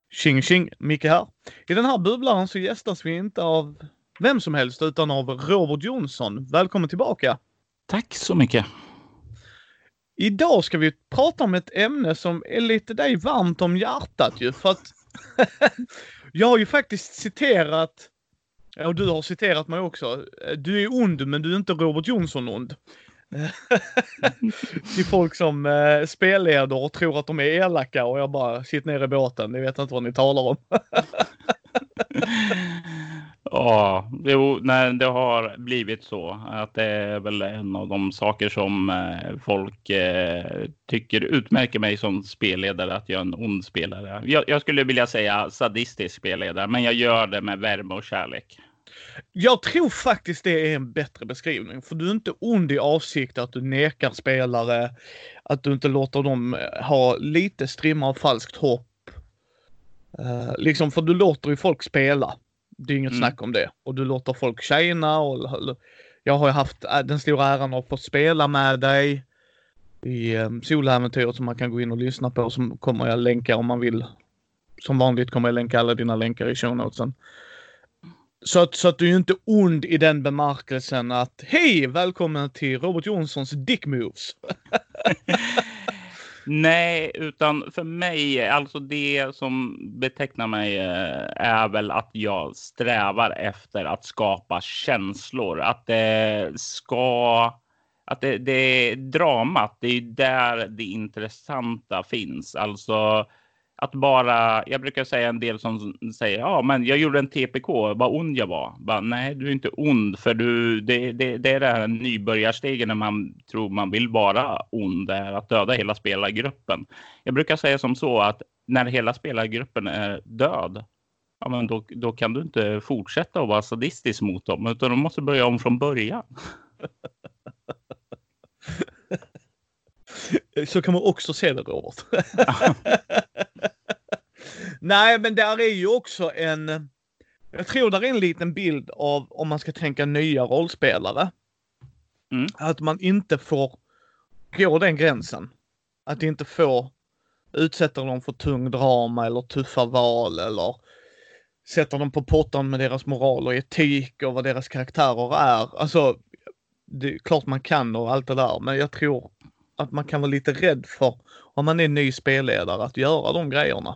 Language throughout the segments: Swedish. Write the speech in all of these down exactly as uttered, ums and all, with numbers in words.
Tjing tjing, Micke här. I den här bubblaren så gästas vi inte av vem som helst utan av Robert Jonsson. Välkommen tillbaka. Tack så mycket. Idag ska vi prata om ett ämne som är lite dig varmt om hjärtat ju. För att jag har ju faktiskt citerat, och du har citerat mig också. Du är ond men du är inte Robert Jonsson ond. Till folk som eh, spelleder och tror att de är elaka och jag bara sitter ner i båten. Ni vet inte vad ni talar om. Ja, jo, nej, det har blivit så att det är väl en av de saker som eh, folk eh, tycker utmärker mig som spelledare, att jag är en ond spelare. Jag, jag skulle vilja säga sadistisk spelledare, men jag gör det med värme och kärlek. Jag tror faktiskt det är en bättre beskrivning. För du är inte ond i avsikt att du nekar spelare. Att du inte låter dem ha lite strimma av falskt hopp. Uh, liksom för du låter ju folk spela. Det är inget mm. snack om det. Och du låter folk tjäna. Och, jag har ju haft den stora äran att få spela med dig i um, Soläventyret som man kan gå in och lyssna på. Som kommer jag länka om man vill. Som vanligt kommer jag länka alla dina länkar i show notesen. Så att, så att du är ju inte ond i den bemärkelsen att hej, välkommen till Robert Jonssons Dick Moves. Nej, utan för mig, alltså det som betecknar mig är väl att jag strävar efter att skapa känslor. Att det ska, att det, det är dramat, det är där det intressanta finns. Alltså att bara, jag brukar säga en del som säger, ja men jag gjorde en T P K, vad ond jag var. Bara, nej, du är inte ond för du, det, det, det är det här nybörjarstegen när man tror man vill vara ond, det är att döda hela spelargruppen. Jag brukar säga som så att när hela spelargruppen är död, ja men då, då kan du inte fortsätta att vara sadistisk mot dem, utan du måste börja om från början. Så kan man också se det, Robert. Nej, men där är ju också en... Jag tror där är en liten bild av om man ska tänka nya rollspelare. Mm. Att man inte får gå den gränsen. Att inte få utsätta dem för tung drama eller tuffa val eller sätta dem på pottan med deras moral och etik och vad deras karaktärer är. Alltså, det är klart man kan och allt det där, men jag tror att man kan vara lite rädd för om man är ny spelledare att göra de grejerna.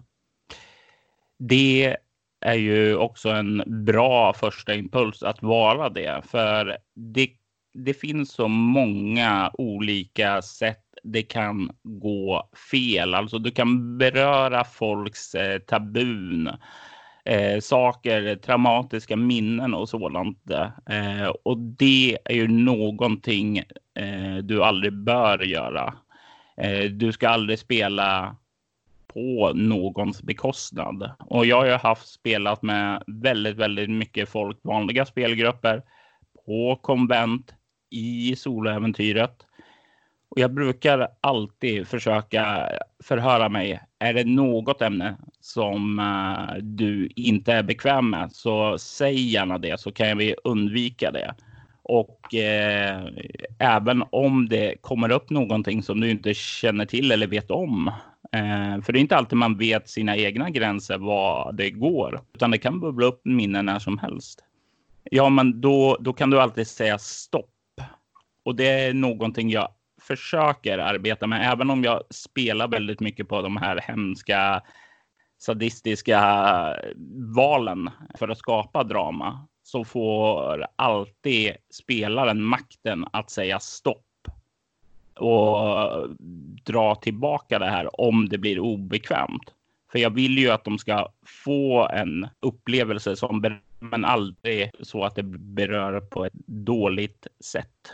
Det är ju också en bra första impuls att vara det. För det, det finns så många olika sätt det kan gå fel. Alltså du kan beröra folks eh, tabun. Eh, saker, traumatiska minnen och sådant. Eh, och det är ju någonting eh, du aldrig bör göra. Eh, du ska aldrig spela på någons bekostnad. Och jag har ju haft spelat med väldigt, väldigt mycket folk, vanliga spelgrupper på konvent i Soläventyret. Och jag brukar alltid försöka förhöra mig, är det något ämne som uh, du inte är bekväm med, så säg gärna det så kan vi undvika det. Och eh, även om det kommer upp någonting som du inte känner till eller vet om. Eh, för det är inte alltid man vet sina egna gränser vad det går. Utan det kan bubbla upp minnen när som helst. Ja, men då, då kan du alltid säga stopp. Och det är någonting jag försöker arbeta med. Även om jag spelar väldigt mycket på de här hemska sadistiska valen för att skapa drama. Så får alltid spelaren makten att säga stopp. Och dra tillbaka det här om det blir obekvämt. För jag vill ju att de ska få en upplevelse som ber- men aldrig så att det berör på ett dåligt sätt.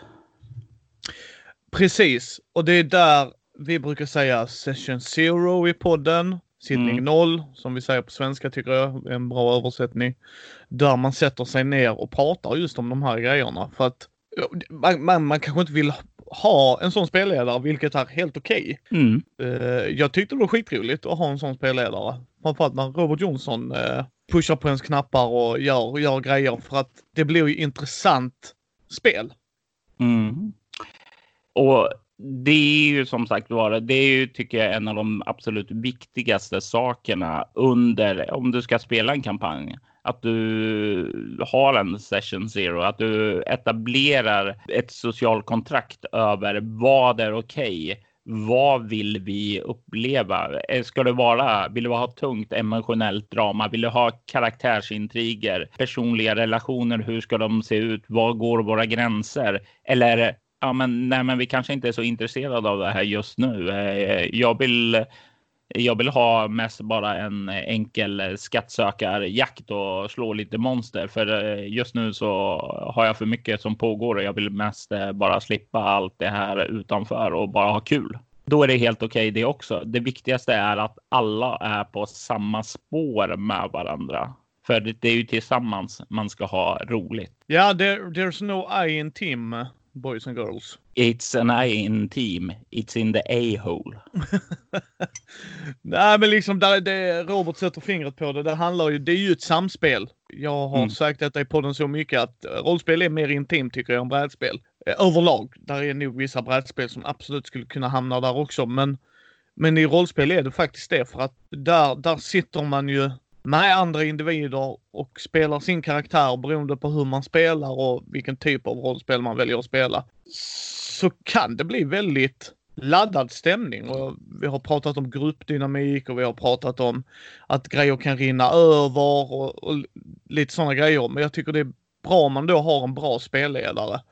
Precis. Och det är där vi brukar säga session zero i podden. Sittning mm. noll, som vi säger på svenska tycker jag är en bra översättning. Där man sätter sig ner och pratar just om de här grejerna. För att man, man, man kanske inte vill ha en sån spelledare, vilket är helt okej. Okay. Mm. Uh, jag tyckte det var skitroligt att ha en sån spelledare. Framförallt när Robert Jonsson uh, pushar på ens knappar och gör, gör grejer. För att det blir ju intressant spel. Mm. Och det är ju som sagt var, det är ju tycker jag en av de absolut viktigaste sakerna under, om du ska spela en kampanj. Att du har en session zero, att du etablerar ett socialt kontrakt över vad är okej. Vad vill vi uppleva? Ska det vara, vill du ha tungt emotionellt drama? Vill du ha karaktärsintriger? Personliga relationer, hur ska de se ut? Var går våra gränser? Eller, ja men, nej, men vi kanske inte är så intresserade av det här just nu. Jag vill... Jag vill ha mest bara en enkel skattsökarjakt och slå lite monster. För just nu så har jag för mycket som pågår och jag vill mest bara slippa allt det här utanför och bara ha kul. Då är det helt okej det också. Det viktigaste är att alla är på samma spår med varandra. För det är ju tillsammans man ska ha roligt. Ja, yeah, there, there's no I in team, boys and girls. It's an I in team. It's in the A-hole. Nej, men liksom där det Robert sätter fingret på det. Det handlar ju, det är ju ett samspel. Jag har mm. sagt detta i podden så mycket att rollspel är mer intimt tycker jag än brädspel. Överlag. Där är nog vissa brädspel som absolut skulle kunna hamna där också. Men, men i rollspel är det faktiskt det. För att där, där sitter man ju med andra individer och spelar sin karaktär beroende på hur man spelar och vilken typ av rollspel man väljer att spela. Så kan det bli väldigt laddad stämning och vi har pratat om gruppdynamik och vi har pratat om att grejer kan rinna över och, och lite sådana grejer. Men jag tycker det är bra om man då har en bra spelledare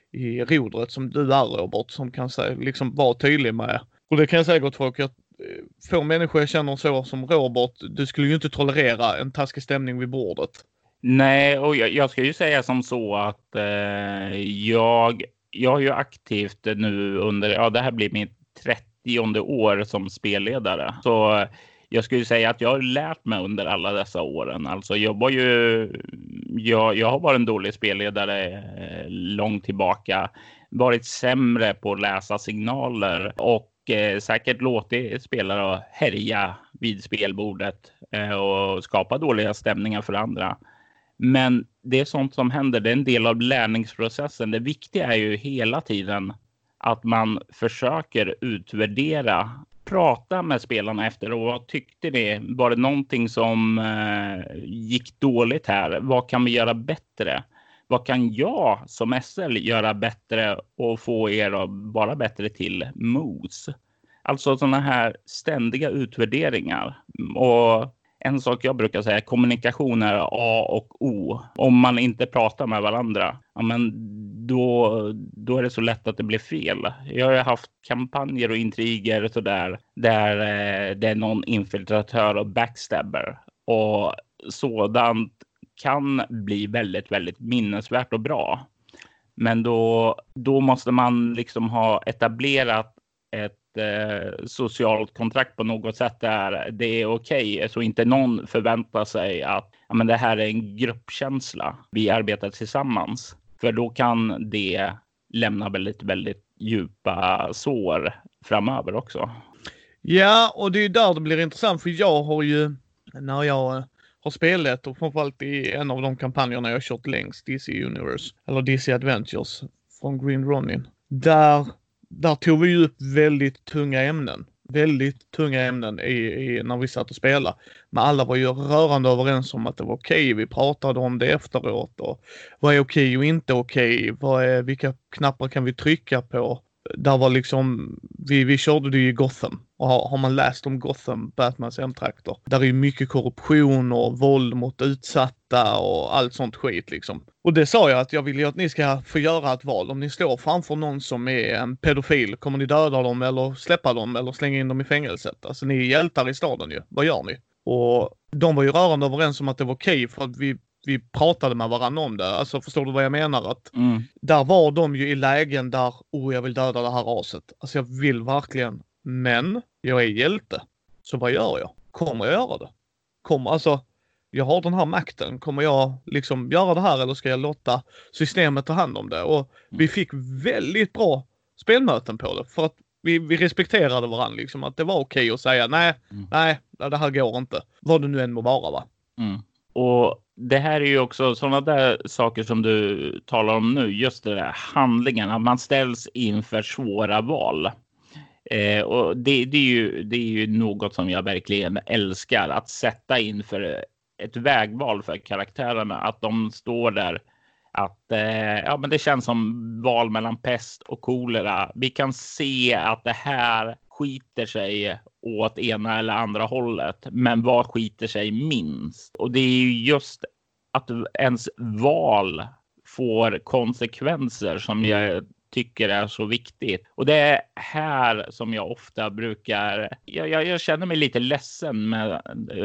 i rodret som du är Robert som kan säga, liksom vara tydlig med. Och det kan jag säga gott folk att få människor jag känner så som Robert, du skulle ju inte tolerera en taskig stämning vid bordet. Nej, och jag, jag ska ju säga som så att eh, jag Jag har ju aktivt nu under, ja det här blir mitt trettionde år som spelledare. Så jag skulle säga att jag har lärt mig under alla dessa åren. Alltså jag var ju, jag, jag har varit en dålig spelledare långt tillbaka. Varit sämre på att läsa signaler och eh, säkert låtit spelare härja vid spelbordet eh, och skapa dåliga stämningar för andra. Men det är sånt som händer. Det är en del av lärningsprocessen. Det viktiga är ju hela tiden att man försöker utvärdera. Prata med spelarna efter och vad tyckte ni? Var det någonting som eh, gick dåligt här? Vad kan vi göra bättre? Vad kan jag som S L göra bättre och få er att vara bättre till moves? Alltså sådana här ständiga utvärderingar. Och en sak jag brukar säga, kommunikation är A och O. Om man inte pratar med varandra, ja, men då, då är det så lätt att det blir fel. Jag har haft kampanjer och intriger och så där, där eh, det är någon infiltratör och backstabber. Och sådant kan bli väldigt, väldigt minnesvärt och bra. Men då, då måste man liksom ha etablerat ett eh, socialt kontrakt på något sätt där det är okej. Okay, så inte någon förväntar sig att ja, men det här är en gruppkänsla. Vi arbetar tillsammans. För då kan det lämna väldigt, väldigt djupa sår framöver också. Ja, och det är där det blir intressant. För jag har ju, när jag har spelat och framförallt i en av de kampanjerna jag har kört längst, D C Universe, eller D C Adventures från Green Ronin. Där, där tog vi ju upp väldigt tunga ämnen. Väldigt tunga ämnen i, i, när vi satt och spelade. Men alla var ju rörande överens om att det var okej. Vi pratade om det efteråt. Och vad är okej och inte okej? Vad är, vilka knappar kan vi trycka på? Där var liksom, vi, vi körde det i Gotham. Och har, har man läst om Gotham, Batmans hemtrakter, där är ju mycket korruption och våld mot utsatta och allt sånt skit liksom. Och det sa jag att jag vill ju att ni ska få göra ett val. Om ni står framför någon som är en pedofil, kommer ni döda dem eller släppa dem eller slänga in dem i fängelset? Alltså ni är hjältar i staden ju. Vad gör ni? Och de var ju rörande överens om att det var okej för att vi vi pratade med varandra om det. Alltså förstår du vad jag menar? Att mm. där var de ju i lägen där, oh jag vill döda det här raset. Alltså jag vill verkligen. Men jag är hjälte. Så vad gör jag? Kommer jag göra det? Kommer, alltså, jag har den här makten. Kommer jag liksom göra det här eller ska jag låta systemet ta hand om det? Och vi fick väldigt bra spelmöten på det. För att vi, vi respekterade varandra liksom. Att det var okej att säga nej, mm. nej, det här går inte. Vad det nu än må vara va? Mm. Och det här är ju också sådana där saker som du talar om nu. Just det där handlingarna. Man ställs inför svåra val. Eh, och det, det, är ju, det är ju något som jag verkligen älskar. Att sätta inför ett vägval för karaktärerna. Att de står där. Att eh, ja, men det känns som val mellan pest och kolera. Vi kan se att det här skiter sig åt ena eller andra hållet. Men vad skiter sig minst? Och det är ju just att ens val får konsekvenser som jag tycker är så viktigt. Och det är här som jag ofta brukar... Jag, jag, jag känner mig lite ledsen med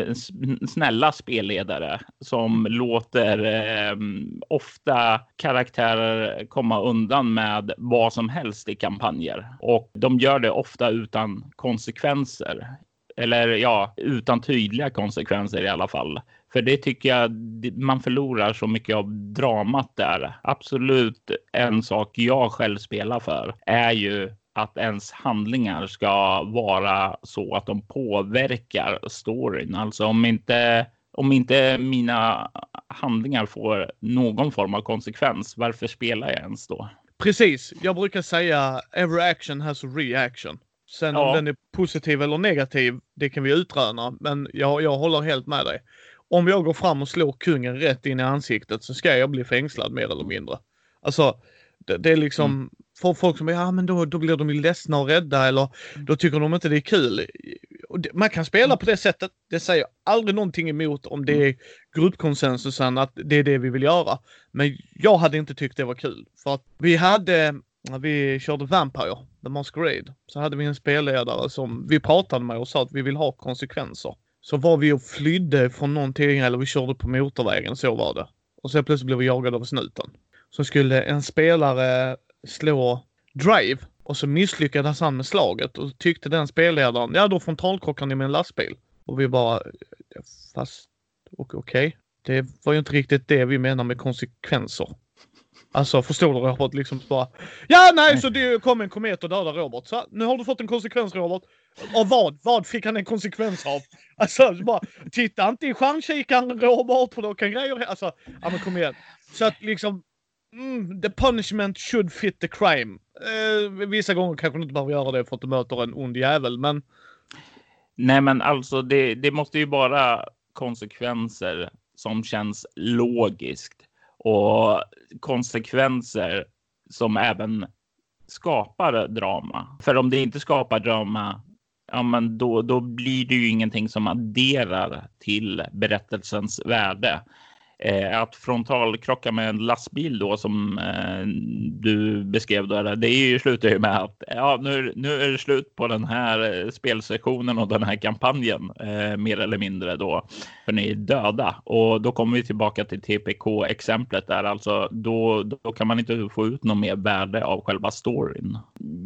snälla spelledare som låter eh, ofta karaktärer komma undan med vad som helst i kampanjer. Och de gör det ofta utan konsekvenser. Eller ja, utan tydliga konsekvenser i alla fall. För det tycker jag man förlorar så mycket av dramat där. Absolut en sak jag själv spelar för är ju att ens handlingar ska vara så att de påverkar storyn. Alltså om inte, om inte mina handlingar får någon form av konsekvens, varför spelar jag ens då? Precis, jag brukar säga every action has a reaction. Sen ja. Om den är positiv eller negativ, det kan vi utröna. Men jag, jag håller helt med dig. Om jag går fram och slår kungen rätt in i ansiktet så ska jag bli fängslad mer eller mindre. Alltså, det, det är liksom... Mm. För folk som ja men då, då blir de ju ledsna och rädda eller då tycker de inte det är kul. Och det, man kan spela på det sättet. Det säger aldrig någonting emot om det är gruppkonsensusen att det är det vi vill göra. Men jag hade inte tyckt det var kul. För att vi hade... När vi körde Vampire, The Masquerade, så hade vi en spelledare som vi pratade med och sa att vi vill ha konsekvenser. Så var vi och flydde från någonting eller vi körde på motorvägen, så var det. Och så plötsligt blev vi jagade av snuten. Så skulle en spelare slå drive och så misslyckades han med slaget och tyckte den spelledaren, ja då frontalkrockade ni med en lastbil. Och vi bara, fast okej, okay. Det var ju inte riktigt det vi menar med konsekvenser. Alltså förstår du Robert liksom bara ja nej så det kom en komet och dödade Robert. Så nu har du fått en konsekvens Robert. Och vad? Vad fick han en konsekvens av? Alltså bara titta inte i stjärnkikaren Robert för då kan grejer alltså ja men kom igen. Så att liksom mm, the punishment should fit the crime. Eh, vissa gånger kanske du inte behöver göra det för att du möter en ond jävel men nej men alltså det, det måste ju vara konsekvenser som känns logiskt. Och konsekvenser som även skapar drama. För om det inte skapar drama, ja men då, då blir det ju ingenting som adderar till berättelsens värde. Eh, att frontalkrocka med en lastbil då som eh, du beskrev då, det är ju slutar ju med att ja, nu, nu är det slut på den här spelsessionen och den här kampanjen eh, mer eller mindre då för ni är döda och då kommer vi tillbaka till T P K-exemplet där alltså då, då kan man inte få ut något mer värde av själva storyn.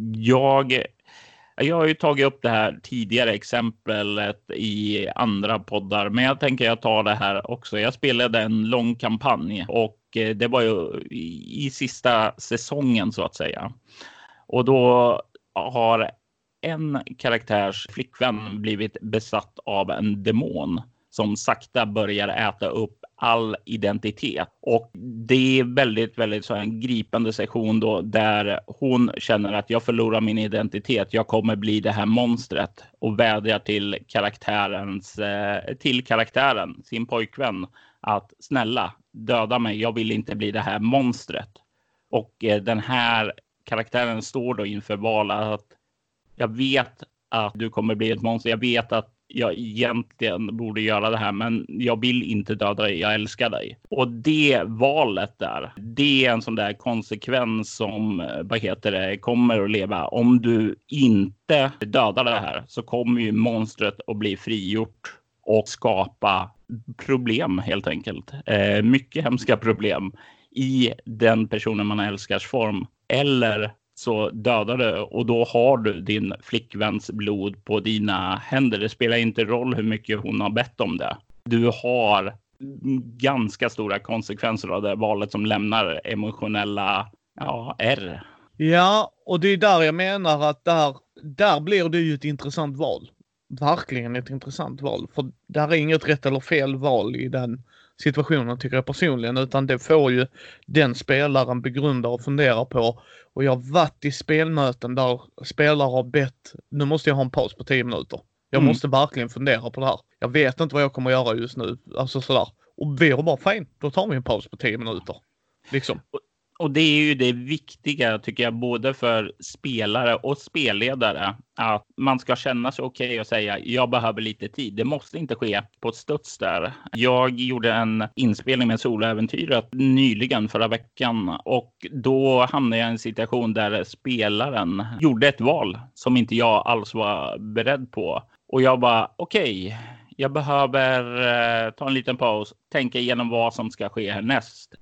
Jag Jag har ju tagit upp det här tidigare exemplet i andra poddar. Men jag tänker jag tar det här också. Jag spelade en lång kampanj. Och det var ju i sista säsongen så att säga. Och då har en karaktärs flickvän blivit besatt av en demon. Som sakta börjar äta upp all identitet. Och det är väldigt, väldigt så en gripande session då där hon känner att jag förlorar min identitet. Jag kommer bli det här monstret. Och vädjar till karaktärens, till karaktären, sin pojkvän. Att snälla, döda mig. Jag vill inte bli det här monstret. Och den här karaktären står då inför valet att jag vet att du kommer bli ett monster. Jag vet att jag egentligen borde göra det här men jag vill inte döda dig, jag älskar dig. Och det valet där, det är en sån där konsekvens som vad heter det, kommer att leva. Om du inte dödar det här så kommer ju monstret att bli frigjort och skapa problem helt enkelt. Eh, mycket hemska problem i den personen man älskars form. Eller så dödar du och då har du din flickväns blod på dina händer. Det spelar inte roll hur mycket hon har bett om det. Du har ganska stora konsekvenser av det valet som lämnar emotionella ja, ärr. Ja, och det är där jag menar att där, där blir det ju ett intressant val. Verkligen ett intressant val. För där är inget rätt eller fel val i den situationen tycker jag personligen, utan det får ju den spelaren begrunda och fundera på. Och jag har varit i spelmöten där spelare har bett, nu måste jag ha en paus på tio minuter. Jag Mm. måste verkligen fundera på det här. Jag vet inte vad jag kommer göra just nu. Alltså sådär. Och vi har bara, fine, då tar vi en paus på tio minuter. Liksom. Och det är ju det viktiga tycker jag, både för spelare och spelledare, att man ska känna sig okej okay och säga jag behöver lite tid. Det måste inte ske på ett studs där. Jag gjorde en inspelning med Soloäventyret nyligen förra veckan och då hamnade jag i en situation där spelaren gjorde ett val som inte jag alls var beredd på. Och jag bara okej. Okay. Jag behöver eh, ta en liten paus, tänka igenom vad som ska ske härnäst.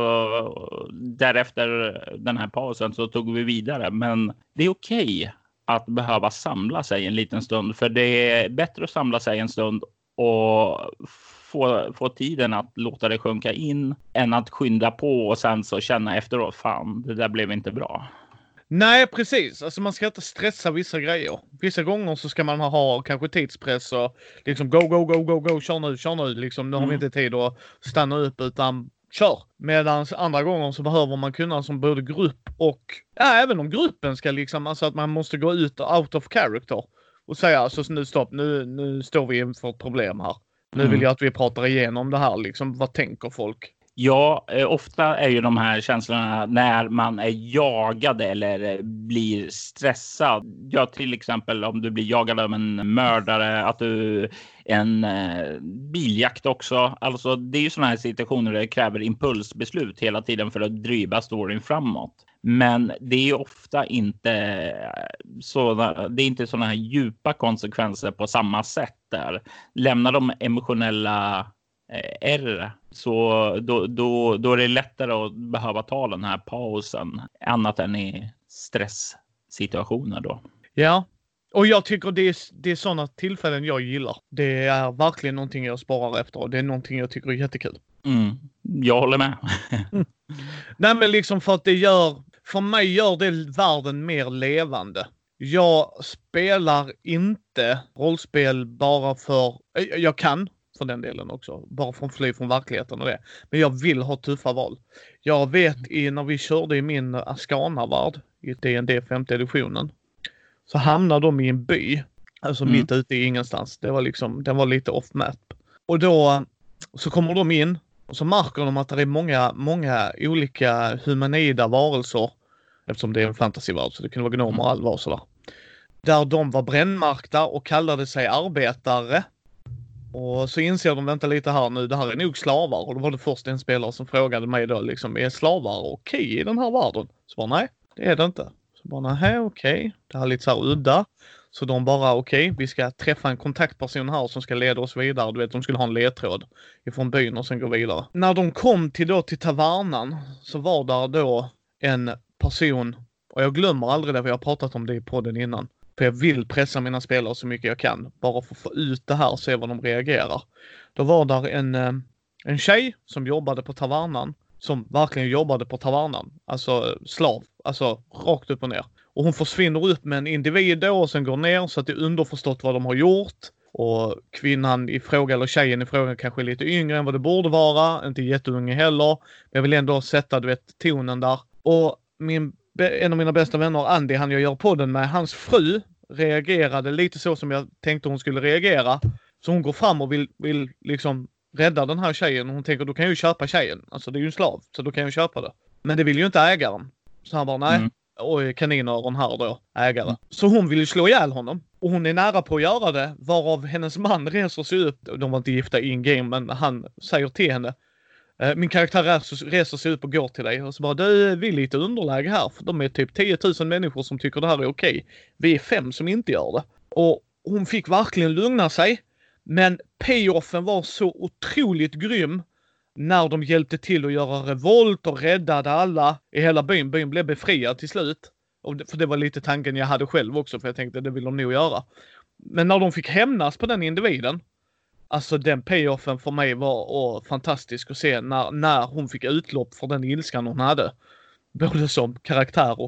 Och därefter den här pausen så tog vi vidare. Men det är okej att behöva samla sig en liten stund. För det är bättre att samla sig en stund och få, få tiden att låta det sjunka in än att skynda på och sen så känna efteråt, fan, det där blev inte bra. Nej, precis. Alltså man ska inte stressa vissa grejer. Vissa gånger så ska man ha, ha kanske tidspress och liksom go, go, go, go, go, kör nu, kör nu. Liksom, nu har vi inte tid att stanna upp utan kör. Medan andra gånger så behöver man kunna som både grupp och, ja, även om gruppen ska liksom, alltså att man måste gå ut out of character och säga alltså nu stopp, nu, nu står vi inför ett problem här. Nu vill jag att vi pratar igenom det här liksom, vad tänker folk? Ja, ofta är ju de här känslorna när man är jagad eller blir stressad. Ja, till exempel om du blir jagad av en mördare, att du en eh, biljakt också. Alltså det är ju sådana här situationer där det kräver impulsbeslut hela tiden för att driva storyn framåt. Men det är ofta inte sådana, det är inte sådana här djupa konsekvenser på samma sätt där. Lämnar de emotionella R så då, då, då är det lättare att behöva ta den här pausen annat än i stresssituationer då. Ja, och jag tycker det är, det är sådana tillfällen jag gillar. Det är verkligen någonting jag sparar efter och det är någonting jag tycker är jättekul. Mm, jag håller med. mm. Nej men liksom för att det gör, för mig gör det världen mer levande. Jag spelar inte rollspel bara för, jag kan för den delen också. Bara från fly från verkligheten och det. Men jag vill ha tuffa val. Jag vet i, när vi körde i min Askana-värld i D and D femte editionen så hamnade de i en by. Alltså mm. mitt ute i ingenstans. Det var liksom, den var lite off-map. Och då så kommer de in och så märker de att det är många, många olika humanoida varelser. Eftersom det är en fantasyvärld så det kunde vara gnomer och allvar och sådär. Där de var brännmärkta och kallade sig arbetare. Och så inser de, vänta lite här nu, det här är nog slavar. Och då var det först en spelare som frågade mig då liksom, är slavar okej okay i den här världen? Så bara, nej, det är det inte. Så bara, nej, okej. Okay. Det här är lite så här udda. Så de bara, okej, okay, vi ska träffa en kontaktperson här som ska leda oss vidare. Du vet, de skulle ha en ledtråd ifrån byn och sen gå vidare. När de kom till då till tavernan så var där då en person, och jag glömmer aldrig det för jag har pratat om det i podden innan. För jag vill pressa mina spelare så mycket jag kan. Bara för att få ut det här och se vad de reagerar. Då var där en, en tjej som jobbade på tavernan. Som verkligen jobbade på tavernan. Alltså slav. Alltså rakt upp och ner. Och hon försvinner upp med en individ då och sen går ner så att det är underförstått vad de har gjort. Och kvinnan i fråga, eller tjejen i fråga kanske är lite yngre än vad det borde vara. Inte jätteunga heller. Men jag vill ändå sätta, du vet, tonen där. Och min en av mina bästa vänner, Andy, han jag gör podden med, hans fru reagerade lite så som jag tänkte hon skulle reagera. Så hon går fram och vill, vill liksom rädda den här tjejen. Och hon tänker, då kan jag ju köpa tjejen. Alltså det är ju en slav, så då kan jag köpa det. Men det vill ju inte ägaren. Så han bara, nej. Mm. Och kaninöron här då, ägare. Mm. Så hon vill ju slå ihjäl honom. Och hon är nära på att göra det. Varav hennes man reser sig upp. De var inte gifta in game, men han säger till henne. Min karaktär reser sig upp och går till dig. Och så bara, du, vi är lite underläge här. För de är typ tio tusen människor som tycker det här är okej. Vi är fem som inte gör det. Och hon fick verkligen lugna sig. Men payoffen var så otroligt grym. När de hjälpte till att göra revolt och räddade alla i hela byn. Byn blev befriad till slut. Och det, för det var lite tanken jag hade själv också. För jag tänkte, det vill de nog göra. Men när de fick hämnas på den individen. Alltså den payoffen för mig var åh, fantastisk att se när, när hon fick utlopp för den ilskan hon hade. Både som karaktär och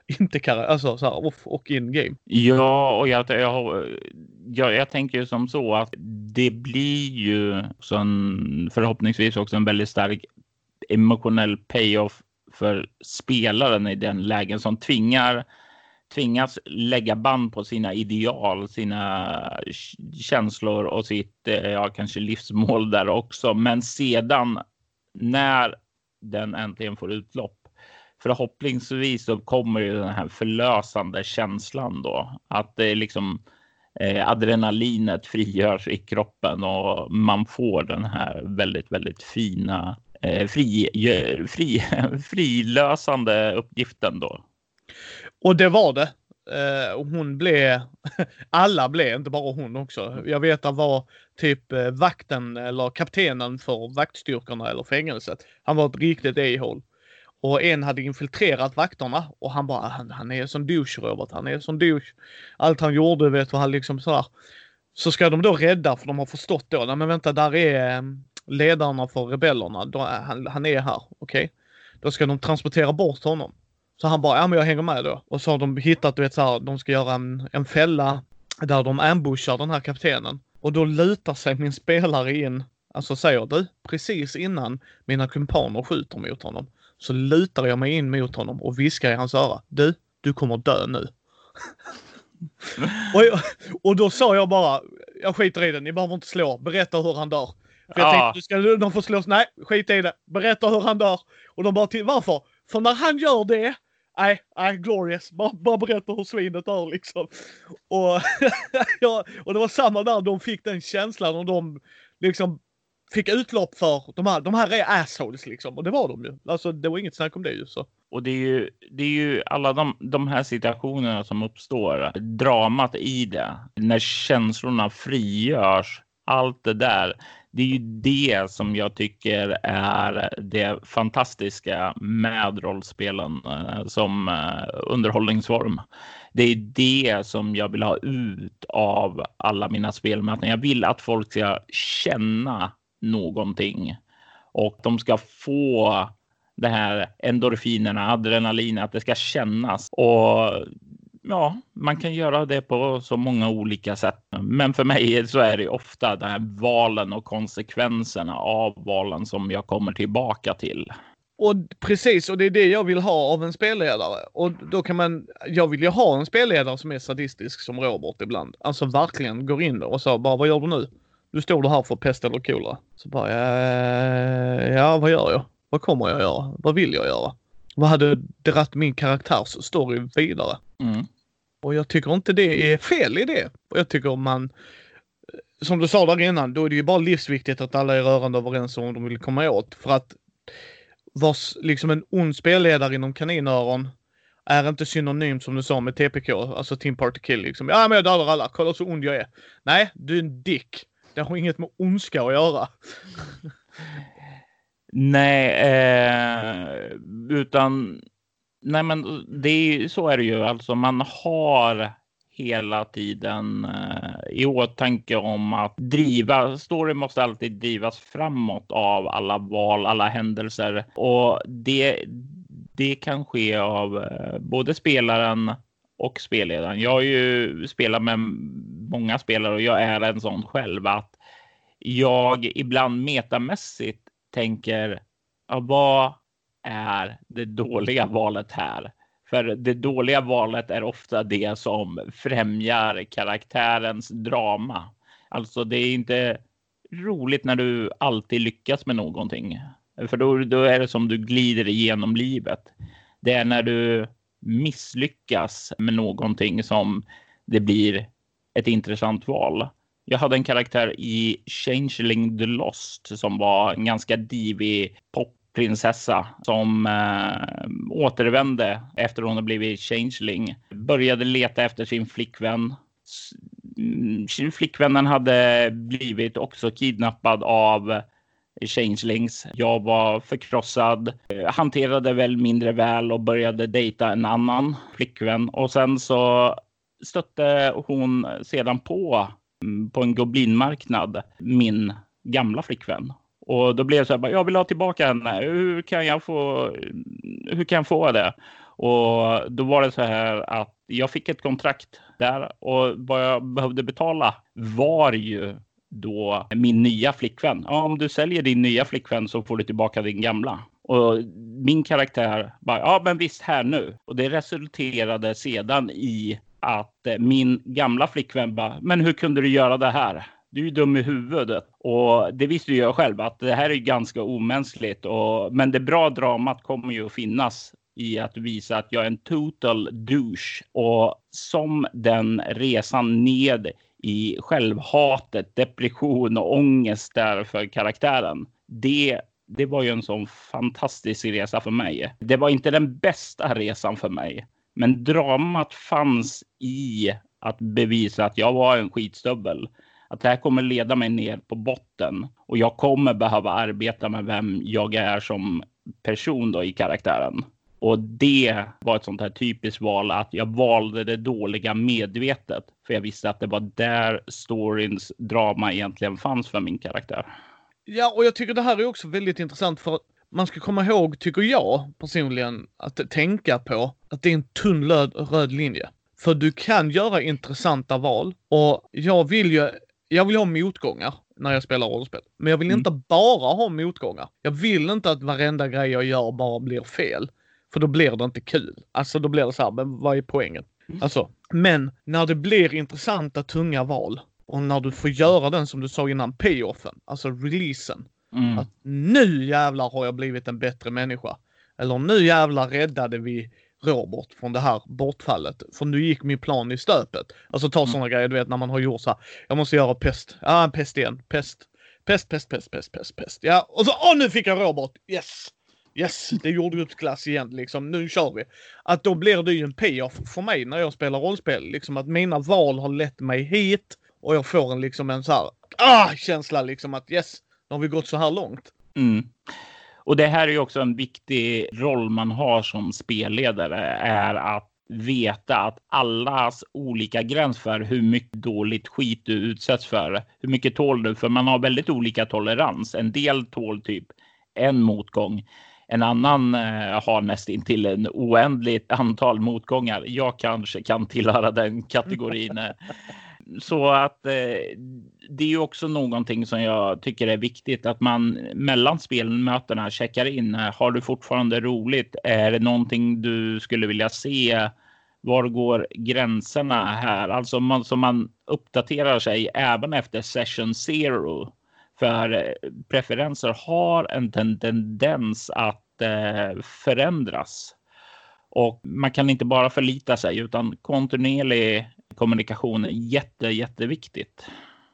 inte kar- alltså så här off och in game. Ja, och jag, jag, jag, jag tänker ju som så att det blir ju så en, förhoppningsvis också en väldigt stark emotionell payoff för spelaren i den lägen som tvingar tvingas lägga band på sina ideal, sina känslor och sitt ja, kanske livsmål där också. Men sedan när den äntligen får utlopp, förhoppningsvis så kommer ju den här förlösande känslan då. Att det är liksom eh, adrenalinet frigörs i kroppen och man får den här väldigt, väldigt fina eh, fri, fri, frilösande uppgiften då. Och det var det. Uh, hon blev, alla blev, inte bara hon också. Jag vet att var typ uh, vakten eller kaptenen för vaktstyrkorna eller fängelset. Han var ett riktigt a-hole. Och en hade infiltrerat vakterna och han bara, han, han är som douche, Robert, han är som douche. Allt han gjorde, vet vad han liksom sådär. Så ska de då rädda, för de har förstått då, nej men vänta, där är um, ledarna för rebellerna. Då, han, han är här, okej. Okay? Då ska de transportera bort honom. Så han bara, ja men jag hänger med då. Och så har de hittat, du vet så här, de ska göra en, en fälla där de ambushar den här kaptenen. Och då lutar sig min spelare in, alltså säger du, precis innan mina kumpaner skjuter mot honom. Så lutar jag mig in mot honom och viskar i hans öra, du, du kommer dö nu. och, jag, och då sa jag bara, jag skiter i det, ni behöver inte slå, berätta hur han dör. För jag Ja. tänkte, ska de få slås? Nej, skit i det, berätta hur han dör. Och de bara, till, varför? För när han gör det, nej, nej, glorious. Bara, bara berätta hur svinet är liksom. Och, ja, och det var samma där, de fick den känslan och de liksom fick utlopp för de här, de här är assholes liksom. Och det var de ju. Alltså det var inget snack om det ju så. Och det är ju, det är ju alla de, de här situationerna som uppstår, dramat i det, när känslorna frigörs, allt det där. Det är ju det som jag tycker är det fantastiska med rollspelen som underhållningsform. Det är det som jag vill ha ut av alla mina spelmöten. Jag vill att folk ska känna någonting och de ska få det här endorfinerna, adrenalin, att det ska kännas. Och ja, man kan göra det på så många olika sätt. Men för mig så är det ofta den här valen och konsekvenserna av valen som jag kommer tillbaka till. Och precis, och det är det jag vill ha av en spelledare. Och då kan man, jag vill ju ha en spelledare som är sadistisk som Robert ibland. Alltså verkligen går in och så bara, vad gör du nu? Du står du här för pest eller kolera. Så bara, ja, ja, vad gör jag? Vad kommer jag göra? Vad vill jag göra? Vad hade dratt min karaktärs story vidare? Mm. Och jag tycker inte det är fel i det. Och jag tycker man, som du sa där innan, då är det ju bara livsviktigt att alla är rörande överens om de vill komma åt. För att vars, liksom en ond spelledare inom kaninöron är inte synonym som du sa med T P K, alltså Team Party Kill liksom. Ja men jag dödar alla, kolla så ond jag är. Nej, du är en dick. Det har inget med ondska att göra. Nej, eh, utan nej men det är, så är det ju. Alltså man har hela tiden eh, i åtanke om att driva, story måste alltid drivas framåt av alla val, alla händelser. Och det, det kan ske av eh, både spelaren och spelledaren. Jag har ju spelat med många spelare och jag är en sån själv att jag ibland metamässigt tänker, ja, vad är det dåliga valet här? För det dåliga valet är ofta det som främjar karaktärens drama. Alltså det är inte roligt när du alltid lyckas med någonting. För då, då är det som du glider igenom livet. Det är när du misslyckas med någonting som det blir ett intressant val. Jag hade en karaktär i Changeling the Lost som var en ganska divig popprinsessa som äh, återvände efter hon hade blivit changeling. Började leta efter sin flickvän. Sin flickvännen hade blivit också kidnappad av changelings. Jag var förkrossad, hanterade väl mindre väl och började dejta en annan flickvän. Och sen så stötte hon sedan på på en goblinmarknad min gamla flickvän. Och då blev det så här, jag vill ha tillbaka henne. Hur kan jag få hur kan jag få det? Och då var det så här att jag fick ett kontrakt där och vad jag behövde betala var ju då min nya flickvän. Ja, om du säljer din nya flickvän så får du tillbaka din gamla. Och min karaktär bara, ja men visst här nu. Och det resulterade sedan i att min gamla flickvän bara, men hur kunde du göra det här? Du är ju dum i huvudet. Och det visste ju jag själv att det här är ganska omänskligt. Och, men det bra dramat kommer ju att finnas i att visa att jag är en total douche. Och som den resan ned i självhatet, depression och ångest där för karaktären. Det, det var ju en sån fantastisk resa för mig. Det var inte den bästa resan för mig. Men dramat fanns i att bevisa att jag var en skitstövel. Att det här kommer leda mig ner på botten. Och jag kommer behöva arbeta med vem jag är som person då i karaktären. Och det var ett sånt här typiskt val att jag valde det dåliga medvetet. För jag visste att det var där storyns drama egentligen fanns för min karaktär. Ja, och jag tycker det här är också väldigt intressant för man ska komma ihåg, tycker jag personligen, att tänka på att det är en tunn löd, röd linje. För du kan göra intressanta val och jag vill ju, jag vill ha motgångar när jag spelar rollspel. Men jag vill mm. inte bara ha motgångar. Jag vill inte att varenda grej jag gör bara blir fel. För då blir det inte kul. Alltså då blir det så här, men vad är poängen? Mm. Alltså, men när det blir intressanta, tunga val och när du får göra den som du sa innan, payoffen, alltså releasen. Mm. Att nu jävlar har jag blivit en bättre människa. Eller nu jävlar räddade vi Robert från det här bortfallet. För nu gick min plan i stöpet. Alltså ta mm. sådana grejer, du vet när man har gjort så här. Jag måste göra pest. Ja, ah, pest igen. Pest. Pest, pest, pest, pest, pest, pest. Ja, och så, åh nu fick jag Robert. Yes. Yes, det är jordgubbsklass igen liksom. Nu kör vi. Att då blir det ju en payoff för mig när jag spelar rollspel. Liksom att mina val har lett mig hit. Och jag får en liksom en så här ah, känsla liksom att yes, nu har vi gått så här långt. Mm. Och det här är ju också en viktig roll man har som spelledare. Är att veta att allas olika gräns för hur mycket dåligt skit du utsätts för. Hur mycket tål du? För man har väldigt olika tolerans. En del tål typ en motgång. En annan eh, har nästan till en oändligt antal motgångar. Jag kanske kan tillhöra den kategorin. Så att eh, det är ju också någonting som jag tycker är viktigt. Att man mellan spelmötena checkar in. Har du fortfarande roligt? Är det någonting du skulle vilja se? Var går gränserna här? Alltså man, så man uppdaterar sig även efter session zero. För preferenser har en tendens att eh, förändras. Och man kan inte bara förlita sig utan kontinuerlig kommunikation är jätte, jätteviktigt.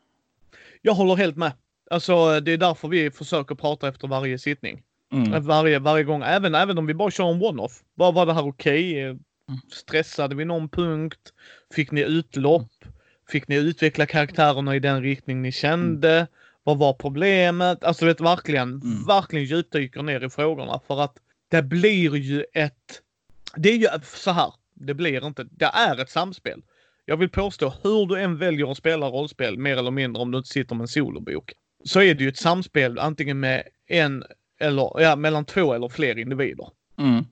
Jag håller helt med. Alltså det är därför vi försöker prata efter varje sittning. Mm. Varje, varje gång. Även, även om vi bara kör en one-off. Var, var det här okej? Okay? Stressade vi någon punkt? Fick ni utlopp? Fick ni utveckla karaktärerna i den riktning ni kände? Mm. Vad var problemet? Alltså vet verkligen, mm. verkligen djupdyker ner i frågorna. För att det blir ju ett... Det är ju så här. Det blir inte... Det är ett samspel. Jag vill påstå, hur du än väljer att spela rollspel, mer eller mindre om du inte sitter med en solobok, så är det ju ett samspel antingen med en eller ja, mellan två eller fler individer. Mm.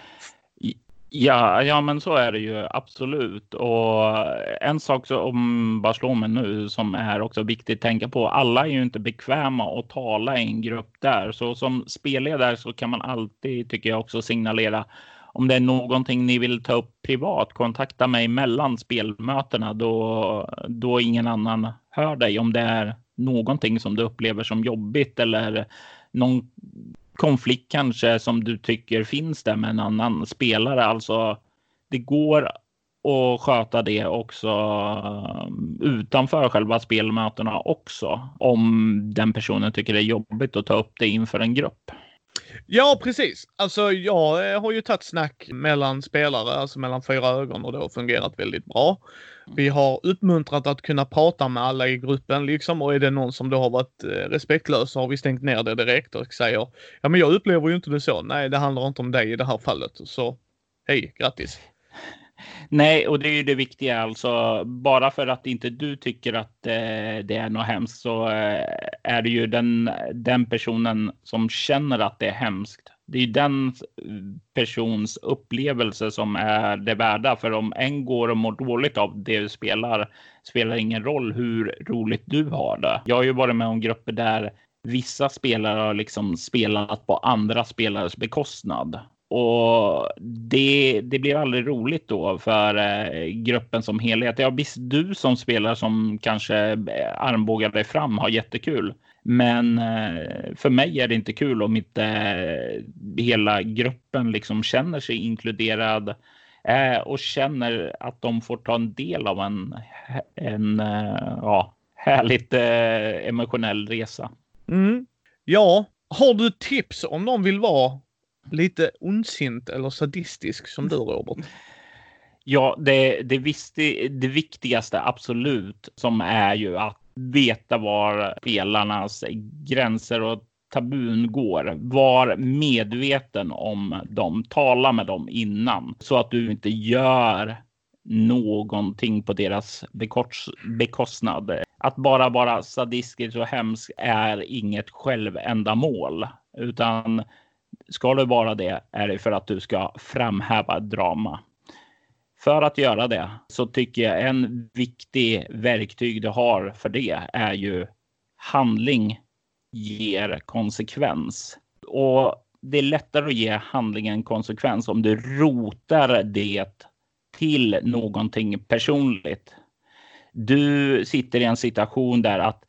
Ja, ja, men så är det ju absolut. Och en sak som bara slår mig nu som är också viktigt att tänka på. Alla är ju inte bekväma att tala i en grupp där. Så som spelledare så kan man alltid, tycker jag, också signalera om det är någonting ni vill ta upp privat. Kontakta mig mellan spelmötena då, då ingen annan hör dig. Om det är någonting som du upplever som jobbigt eller någon konflikt kanske som du tycker finns där med en annan spelare. Alltså det går att sköta det också utanför själva spelmötena också. Om den personen tycker det är jobbigt att ta upp det inför en grupp. Ja, precis. Alltså jag har ju tagit snack mellan spelare, alltså mellan fyra ögon och det har fungerat väldigt bra. Vi har uppmuntrat att kunna prata med alla i gruppen liksom, och är det någon som då har varit respektlös så har vi stängt ner det direkt och säger ja men jag upplever ju inte det så. Nej, det handlar inte om dig i det här fallet. Så hej, grattis. Nej, och det är ju det viktiga alltså. Bara för att inte du tycker att eh, det är något hemskt så eh, är det ju den, den personen som känner att det är hemskt Det är ju den persons upplevelse som är det värda. För om en går och mår dåligt av det du spelar, spelar ingen roll hur roligt du har det. Jag har ju varit med om grupper där vissa spelare har liksom spelat på andra spelares bekostnad. Och det, det blir aldrig roligt då för eh, gruppen som helhet. Ja, visst, du som spelar som kanske armbågar dig fram har jättekul. Men eh, för mig är det inte kul om inte eh, hela gruppen liksom känner sig inkluderad eh, och känner att de får ta en del av en, en eh, ja, härligt eh, emotionell resa. Mm. Ja, har du tips om någon vill vara lite ondsint eller sadistisk som du, Robert? Ja, det, det, visste, det viktigaste absolut som är ju att veta var spelarnas gränser och tabun går. Var medveten om dem. Tala med dem innan. Så att du inte gör någonting på deras bekostnad. Att bara vara sadistisk och hemsk är inget självändamål. Utan ska du vara det är det för att du ska framhäva drama. För att göra det så tycker jag en viktig verktyg du har för det är ju handling ger konsekvens. Och det är lättare att ge handlingen konsekvens om du rotar det till någonting personligt. Du sitter i en situation där att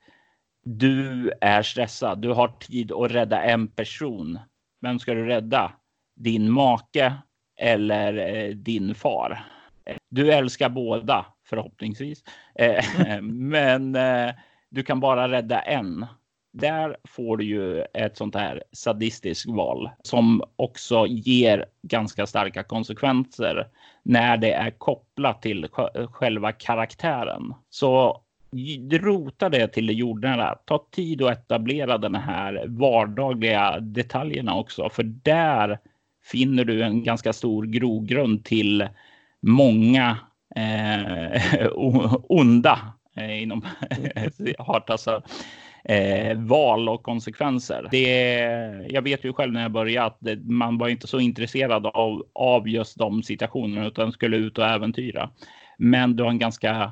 du är stressad. Du har tid att rädda en person. Vem ska du rädda? Din make eller eh, din far? Du älskar båda förhoppningsvis. Eh, men eh, du kan bara rädda en. Där får du ju ett sånt här sadistiskt val som också ger ganska starka konsekvenser när det är kopplat till själva karaktären. Så rota det till det jordnära. Ta tid att etablera den här vardagliga detaljerna också. För där finner du en ganska stor grogrund till många eh, onda eh, inom Hartas eh, val och konsekvenser. Det, jag vet ju själv när jag började att det, man var inte så intresserad av, av just de situationerna utan skulle ut och äventyra. Men du har en ganska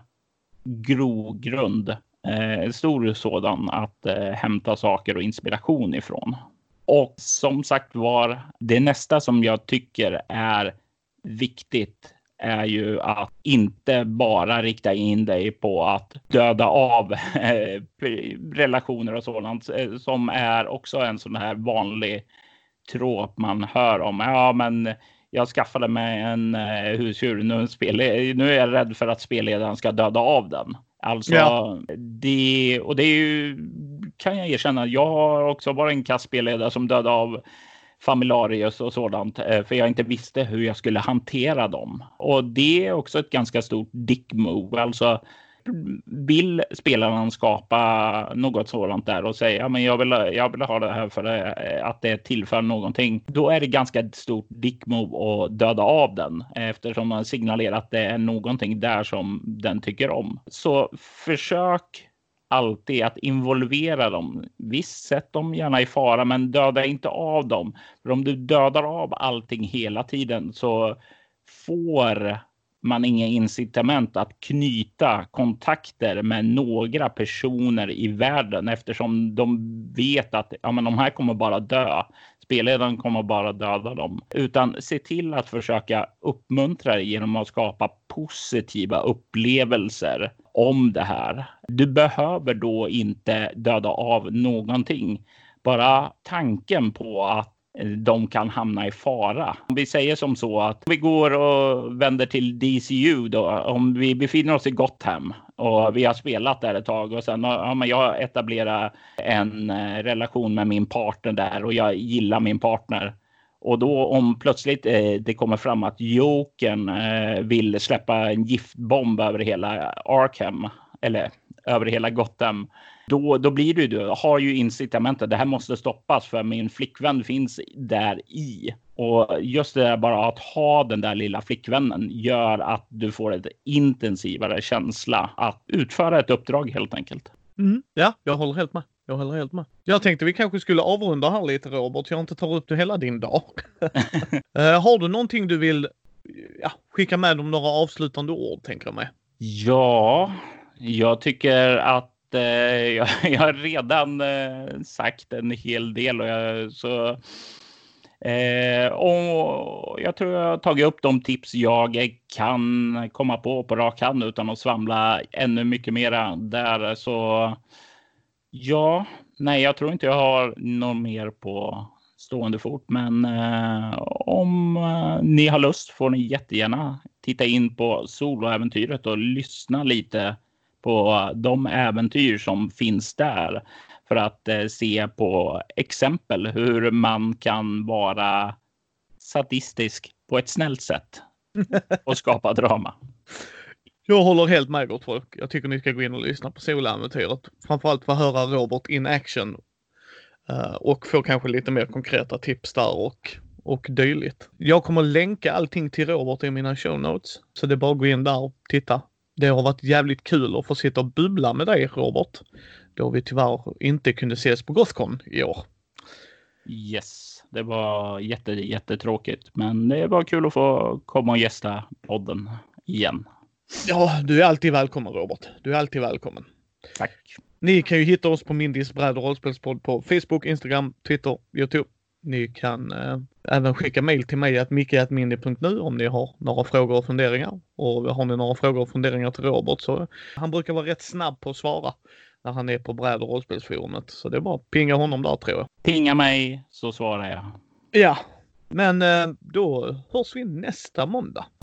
grogrund, eh, stor sådan att eh, hämta saker och inspiration ifrån. Och som sagt var, det nästa som jag tycker är viktigt är ju att inte bara rikta in dig på att döda av eh, relationer och sådant eh, som är också en sån här vanlig tråp man hör om. Ja, men jag skaffade mig en eh, husdjur. Nu, spel, nu är jag rädd för att spelledaren ska döda av den. Alltså, ja. det, och det är ju, kan jag erkänna, jag har också varit en kastspelledare som dödade av Familiarius och sådant, för jag inte visste hur jag skulle hantera dem. Och det är också ett ganska stort dick move. Alltså, vill spelaren skapa något sådant där och säga, ja, men jag vill, jag vill ha det här för att det tillför någonting, då är det ganska stort dick move att döda av den, eftersom man signalerar att det är någonting där som den tycker om. Så försök alltid att involvera dem. Visst, sätt dem gärna i fara, men döda inte av dem. För om du dödar av allting hela tiden så får man inga incitament att knyta kontakter med några personer i världen, eftersom de vet att ja, men de här kommer bara dö. Spelledaren kommer bara döda dem. Utan se till att försöka uppmuntra det genom att skapa positiva upplevelser om det här. Du behöver då inte döda av någonting. Bara tanken på att de kan hamna i fara. Om vi säger som så att vi går och vänder till D C U då, om vi befinner oss i Gotham och vi har spelat där ett tag och sen ja, men jag etablerar en eh, relation med min partner där och jag gillar min partner. Och då om plötsligt eh, det kommer fram att Jokern eh, vill släppa en giftbomb över hela Arkham eller över hela Gotham. Då, då blir du, du har ju incitamentet. Det här måste stoppas för min flickvän finns där i. Och just det där bara att ha den där lilla flickvännen gör att du får ett intensivare känsla att utföra ett uppdrag helt enkelt. Mm, ja, jag håller helt med. Jag håller helt med. Jag tänkte vi kanske skulle avrunda här lite, Robert. Jag inte tar upp det hela din dag. uh, har du någonting du vill ja, skicka med om några avslutande ord, tänker jag med? Ja, jag tycker att eh, jag, jag har redan eh, sagt en hel del. Och jag, så, eh, och jag tror jag har tagit upp de tips jag kan komma på på rak hand utan att svamla ännu mycket mera där. Så ja, nej, jag tror inte jag har något mer på stående fot. Men eh, om eh, ni har lust får ni jättegärna titta in på soloäventyret och lyssna lite på de äventyr som finns där. För att eh, se på exempel hur man kan vara sadistisk på ett snällt sätt och skapa drama. Jag håller helt med, gott folk. Jag tycker ni ska gå in och lyssna på soloäventyret. Framförallt för att höra Robert in action. Uh, och få kanske lite mer konkreta tips där och, och dylikt. Jag kommer länka allting till Robert i mina show notes. Så det är bara att gå in där och titta. Det har varit jävligt kul att få sitta och bubbla med dig, Robert. Då vi tyvärr inte kunde ses på Gothcon i år. Yes, det var jätte, jättetråkigt. Men det var kul att få komma och gästa podden igen. Ja, du är alltid välkommen, Robert. Du är alltid välkommen. Tack. Ni kan ju hitta oss på Mindys bräd- och rollspelspodd på Facebook, Instagram, Twitter, YouTube. Ni kan eh, även skicka mejl till mig att micke at mindy punkt nu om ni har några frågor och funderingar. Och har ni några frågor och funderingar till Robert så han brukar vara rätt snabb på att svara när han är på bräd- och rollspelsforumet. Så det är bara att pinga honom där, tror jag. Pinga mig så svarar jag. Ja, men eh, då hörs vi nästa måndag.